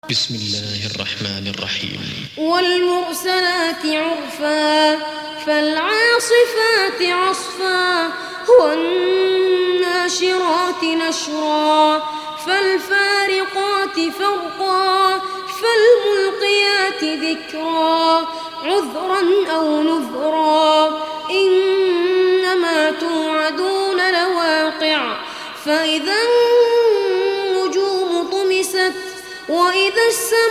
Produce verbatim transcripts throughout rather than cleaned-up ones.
بسم الله الرحمن الرحيم. والمرسلات عرفا فالعاصفات عصفا والناشرات نشرا فالفارقات فرقا فالملقيات ذكرا عذرا أو نذرا إنما توعدون لواقع فإذا النجوم طمست وإذا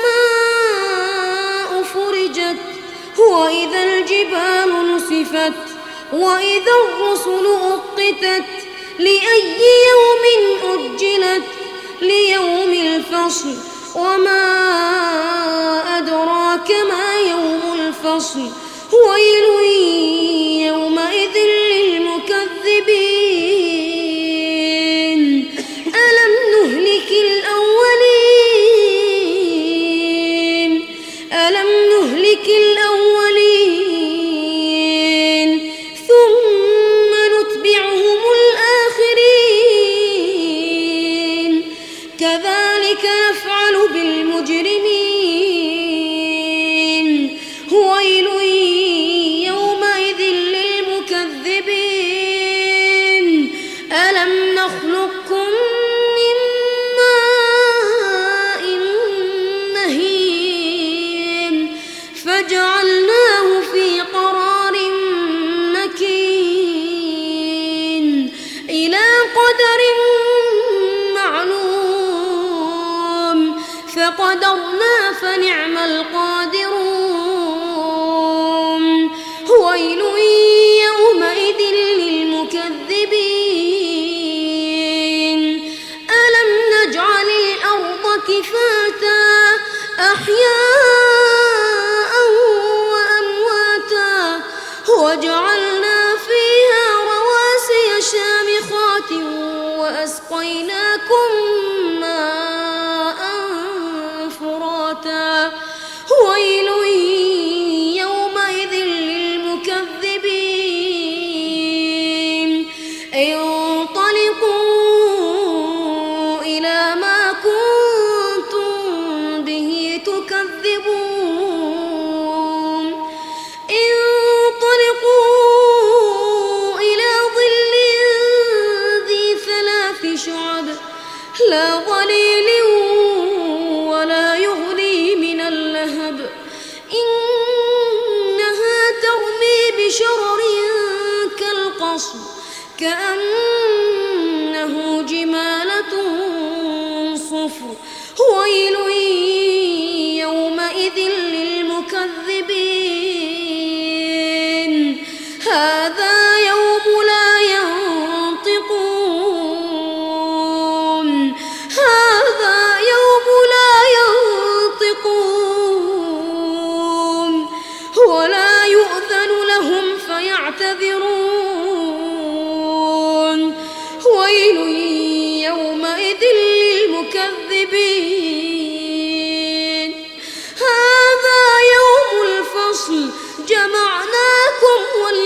السماء فرجت وإذا الجبال نسفت وإذا الرسل أقتت لأي يوم أجلت ليوم الفصل وما أدراك ما يوم الفصل ويل يومئذ للمكذبين ألم نهلك الأولين ألم نهلك الأولين ثم نتبعهم الآخرين كذلك نفعل بالمجرمين ويل يومئذ للمكذبين ألم نخلقكم من ماء مهين فجعلناه في قرار مكين إلى قدر معلوم فقدرنا فنعم القادرون ويل يومئذ للمكذبين ألم نجعل الأرض كفاتا أحياء وأمواتا وجعلنا فيها رواسي شامخات وأسقيناكم ماء فراتا ويل يومئذ للمكذبين انطلقوا إلى ما كنتم به تكذبون انطلقوا إلى ظل ذي ثلاث شعب لا ظليل ولا يغني من اللهب إنها ترمي بشرر كالقصر كأنه جمالة صفر ويل يومئذ للمكذبين هذا يوم لا ينطقون هذا يوم لا ينطقون ولا يؤذن لهم فيعتذرون ويل يومئذ للمكذبين هذا يوم الفصل جمعناكم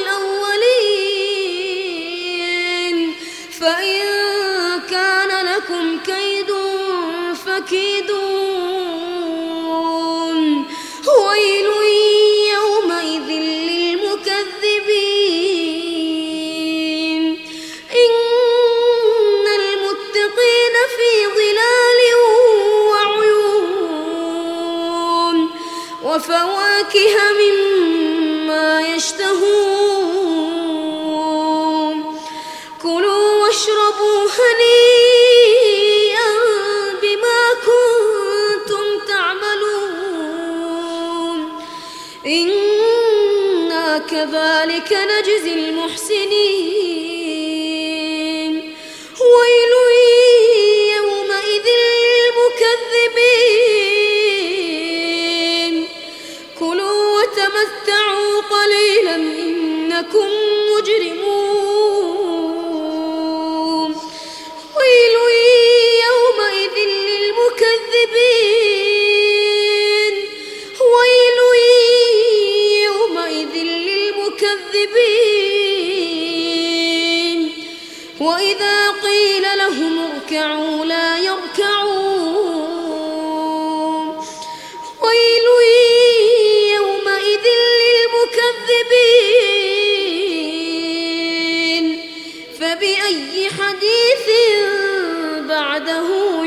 والأولين فإن كان لكم كيد فكيدون ويل يومئذ للمكذبين إن المتقين في ظلال وعيون وفواكه مما يشتهون كلوا واشربوا هنيئا بما كنتم تعملون إنا كذلك نجزي المحسنين ويل يومئذ للمكذبين كلوا وتمتعوا قليلا إنكم مجرمون ويل يومئذ للمكذبين ويل يومئذ للمكذبين وإذا قيل لهم اركعوا لا يركعون فبأي حديث بعده